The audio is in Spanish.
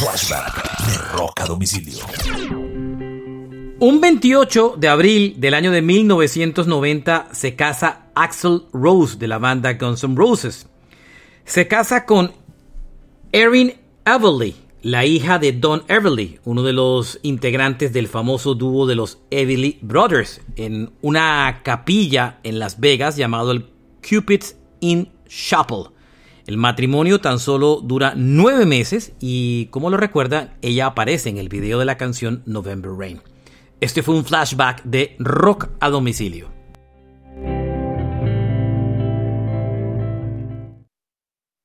Flashback de Rock a Domicilio. Un 28 de abril del año de 1990 se casa Axl Rose de la banda Guns N' Roses. Se casa con Erin Everly, la hija de Don Everly, uno de los integrantes del famoso dúo de los Everly Brothers, en una capilla en Las Vegas llamado el Cupid's Inn Chapel. El matrimonio tan solo dura 9 meses y, como lo recuerdan, ella aparece en el video de la canción November Rain. Este fue un flashback de Rock a Domicilio.